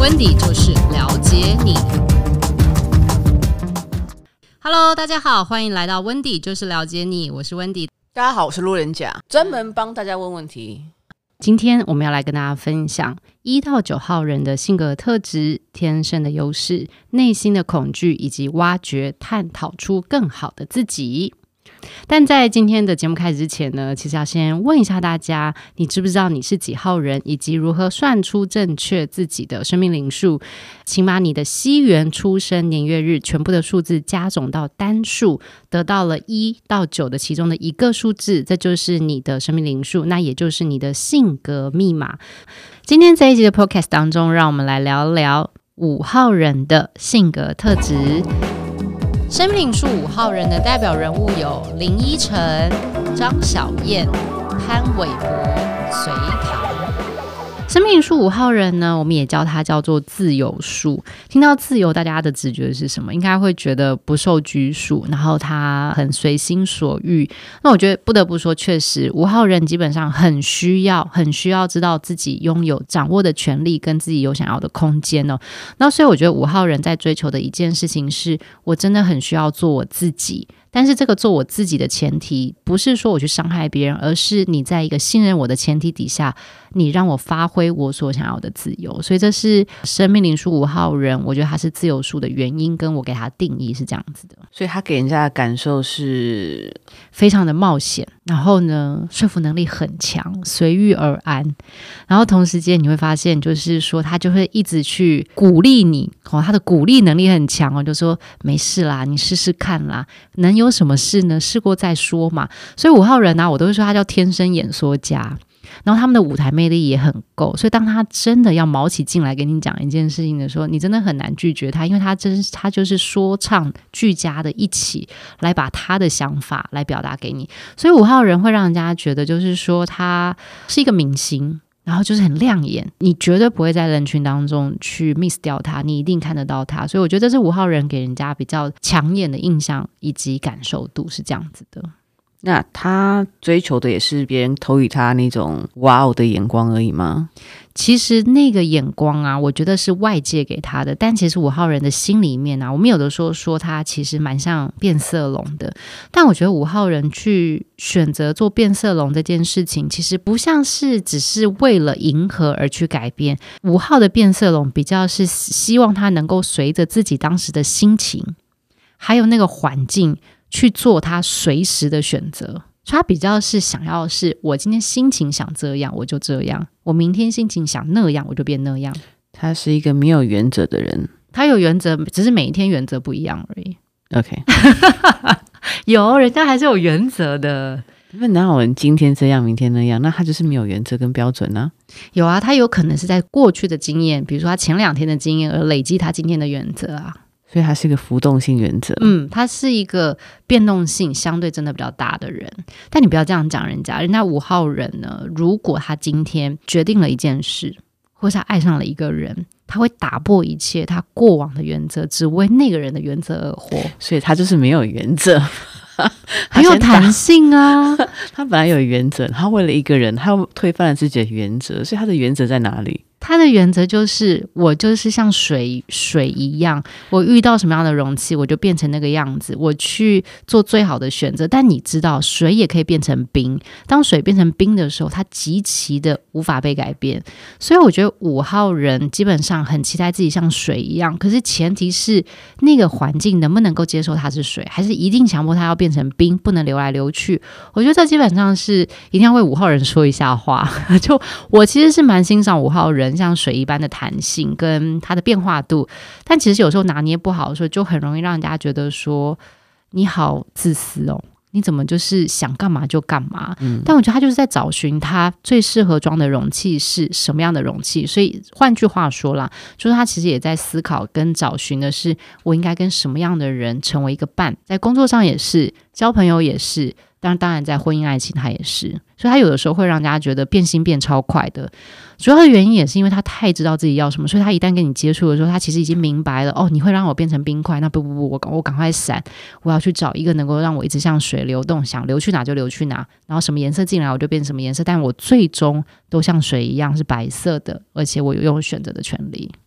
温迪就是了解你。Hello， 大家好，欢迎来到温迪就是了解你，我是温迪。 大家好，我是路人甲，专门帮大家问问题。 今天我们要来跟大家分享1到9号人的性格特质、天生的优势、内心的恐惧，以及挖掘、探讨出更好的自己。但在今天的节目开始之前呢，其实要先问一下大家，你知不知道你是几号人，以及如何算出正确自己的生命灵数？请把你的西元出生年月日全部的数字加总到单数，得到了1到9的其中的一个数字，这就是你的生命灵数，那也就是你的性格密码。今天这一集的 podcast 当中，让我们来聊聊5号人的性格特质。生命灵数5号人的代表人物有林依晨、张小燕、潘玮柏、隋棠。生命灵数5号人呢，我们也叫他叫做自由数。听到自由，大家的直觉是什么？应该会觉得不受拘束，然后他很随心所欲。那我觉得不得不说，确实5号人基本上很需要知道自己拥有掌握的权利跟自己有想要的空间哦。那所以我觉得5号人在追求的一件事情是，我真的很需要做我自己。但是这个做我自己的前提不是说我去伤害别人，而是你在一个信任我的前提底下，你让我发挥我所想要的自由。所以这是生命灵数5号人，我觉得他是自由数的原因，跟我给他定义是这样子的。 所以他给人家的感受是非常的冒险，然后呢说服能力很强，随遇而安，然后同时间你会发现就是说他就会一直去鼓励你他的鼓励能力很强就说没事啦，你试试看啦，能有什么事呢？试过再说嘛。所以5号人我都会说他叫天生演说家，然后他们的舞台魅力也很够，所以当他真的要卯起劲来跟你讲一件事情的时候，你真的很难拒绝他，因为他就是说唱俱佳的一起来把他的想法来表达给你。所以5号人会让人家觉得就是说他是一个明星，然后就是很亮眼，你绝对不会在人群当中去 miss 掉他，你一定看得到他。所以我觉得这是5号人给人家比较抢眼的印象以及感受度是这样子的。 那他追求的也是别人投予他那种哇哦的眼光而已吗？ 其实那个眼光我觉得是外界给他的，但其实5号人的心里面我们有的说他其实蛮像变色龙的，但我觉得5号人去选择做变色龙这件事情，其实不像是只是为了迎合而去改变。5号的变色龙比较是希望他能够随着自己当时的心情还有那个环境去做他随时的选择，所以他比较是想要是我今天心情想这样我就这样，我明天心情想那样我就变那样。 他是一个没有原则的人。 他有原则，只是每一天原则不一样而已。 OK 有人家还是有原则的， 因为哪有人今天这样明天那样，那他就是没有原则跟标准啊。 有他有可能是在过去的经验，比如说他前2天的经验而累积他今天的原则所以他是一个浮动性原则。 他是一个变动性相对真的比较大的人。但你不要这样讲人家5号人呢，如果他今天决定了一件事，或是他爱上了一个人，他会打破一切他过往的原则，只为那个人的原则而活。 所以他就是没有原则很有弹性他本来有原则，他为了一个人他推翻了自己的原则，所以他的原则在哪里？ 他的原则就是我就是像水一样，我遇到什么样的容器我就变成那个样子，我去做最好的选择。但你知道水也可以变成冰，当水变成冰的时候，它极其的无法被改变。所以我觉得5号人基本上很期待自己像水一样，可是前提是那个环境能不能够接受它是水，还是一定强迫它要变成冰，不能流来流去。我觉得这基本上是一定要为5号人说一下话。就我其实是蛮欣赏5号人像水一般的弹性跟它的变化度，但其实有时候拿捏不好的时候，就很容易让人家觉得说你好自私你怎么就是想干嘛就干嘛。但我觉得他就是在找寻他最适合装的容器是什么样的容器。所以换句话说啦，就是他其实也在思考跟找寻的是我应该跟什么样的人成为一个伴，在工作上也是，交朋友也是，当然在婚姻爱情他也是。所以他有的时候会让人家觉得变心变超快的，主要的原因也是因为他太知道自己要什么，所以他一旦跟你接触的时候，他其实已经明白了你会让我变成冰块，那不我赶快闪，我要去找一个能够让我一直像水流动，想流去哪就流去哪，然后什么颜色进来我就变什么颜色，但我最终都像水一样是白色的，而且我有选择的权利。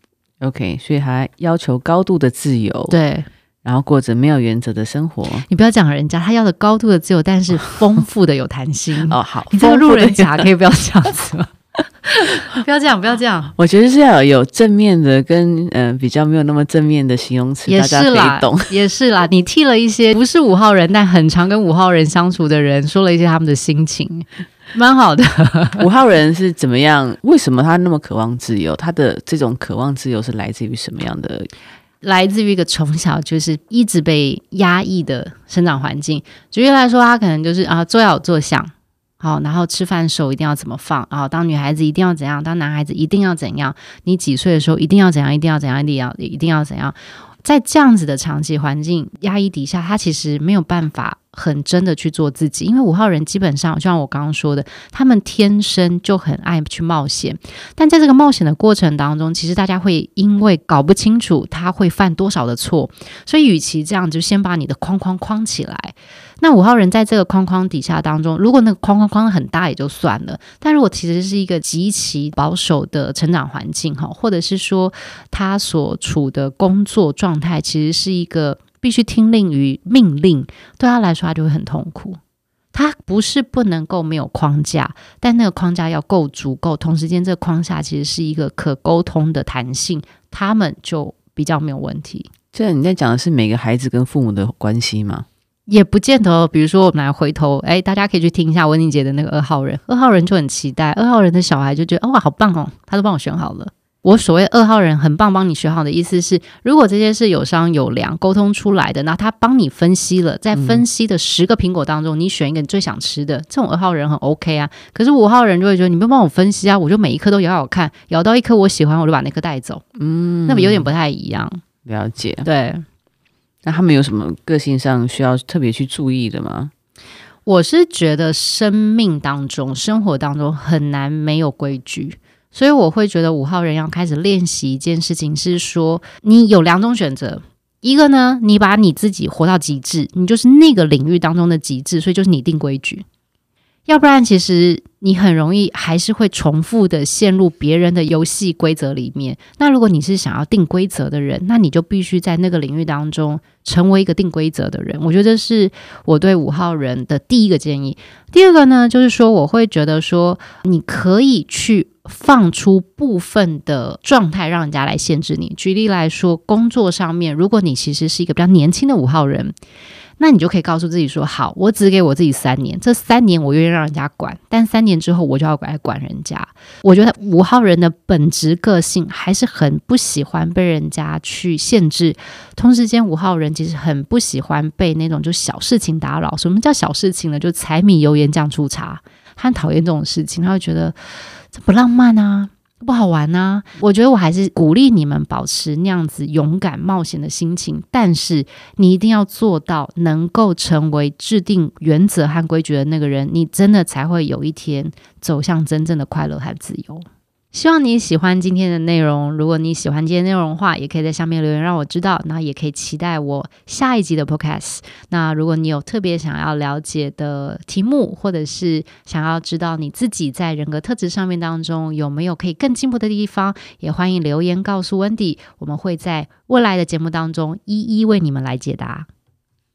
OK， 所以他要求高度的自由， 对， 然后过着没有原则的生活。 你不要讲人家，他要的高度的自由，但是丰富的有弹性。 哦，好， 你这个路人甲可以不要这样子吗？不要这样，不要这样。 我觉得是要有正面的跟比较没有那么正面的形容词，大家可以懂。 也是啦，你替了一些不是5号人但很常跟5号人相处的人说了一些他们的心情，蛮好的。 5号人是怎么样？为什么他那么渴望自由？他的这种渴望自由是来自于什么样的？ 来自于一个从小就是一直被压抑的生长环境。举例来说，他可能就是坐要有坐相，好，然后吃饭手一定要怎么放啊？当女孩子一定要怎样？当男孩子一定要怎样？你几岁的时候一定要怎样？一定要怎样？一定要怎样？在这样子的长期环境压抑底下，他其实没有办法很真的去做自己，因为5号人基本上就像我刚刚说的，他们天生就很爱去冒险，但在这个冒险的过程当中，其实大家会因为搞不清楚他会犯多少的错，所以与其这样，就先把你的框框起来。那5号人在这个框框底下当中，如果那个框很大也就算了，但如果其实是一个极其保守的成长环境，或者是说他所处的工作状态其实是一个必须听令于命令，对他来说他就会很痛苦。他不是不能够没有框架，但那个框架要够足够，同时间这个框架其实是一个可沟通的弹性，他们就比较没有问题。 这你在讲的是每个孩子跟父母的关系吗？ 也不见得，比如说我们来回头，大家可以去听一下温妮姐的那个2号人，2号人就很期待，2号人的小孩就觉得哇好棒哦，他都帮我选好了。我所谓2号人很棒帮你选好的意思是，如果这些是有商有量沟通出来的，那他帮你分析了，在分析的10个苹果当中，你选一个你最想吃的，这种2号人很 OK 啊。可是5号人就会觉得你不帮我分析啊，我就每一颗都咬咬看，咬到一颗我喜欢我就把那颗带走，那么有点不太一样。 了解。 对， 那他们有什么个性上需要特别去注意的吗？ 我是觉得生命当中生活当中很难没有规矩，所以我会觉得5号人要开始练习一件事情，是说你有2种选择，一个呢，你把你自己活到极致，你就是那个领域当中的极致，所以就是你定规矩，要不然其实你很容易还是会重复的陷入别人的游戏规则里面。那如果你是想要定规则的人，那你就必须在那个领域当中成为一个定规则的人。我觉得这是我对5号人的第一个建议。第二个呢，就是说我会觉得说你可以去放出部分的状态让人家来限制你。举例来说，工作上面如果你其实是一个比较年轻的5号人，那你就可以告诉自己说，好，我只给我自己3年，这3年我愿意让人家管，但3年之后我就要来管人家。我觉得5号人的本质个性还是很不喜欢被人家去限制，同时间5号人其实很不喜欢被那种就小事情打扰。什么叫小事情呢？就柴米油盐酱醋茶，他很讨厌这种事情，他会觉得这不浪漫啊，不好玩啊。我觉得我还是鼓励你们保持那样子勇敢冒险的心情，但是你一定要做到能够成为制定原则和规矩的那个人，你真的才会有一天走向真正的快乐和自由。希望你喜欢今天的内容，如果你喜欢今天的内容的话，也可以在下面留言让我知道，那也可以期待我下一集的 podcast。 那如果你有特别想要了解的题目，或者是想要知道你自己在人格特质上面当中有没有可以更进步的地方，也欢迎留言告诉 Wendy， 我们会在未来的节目当中一一为你们来解答。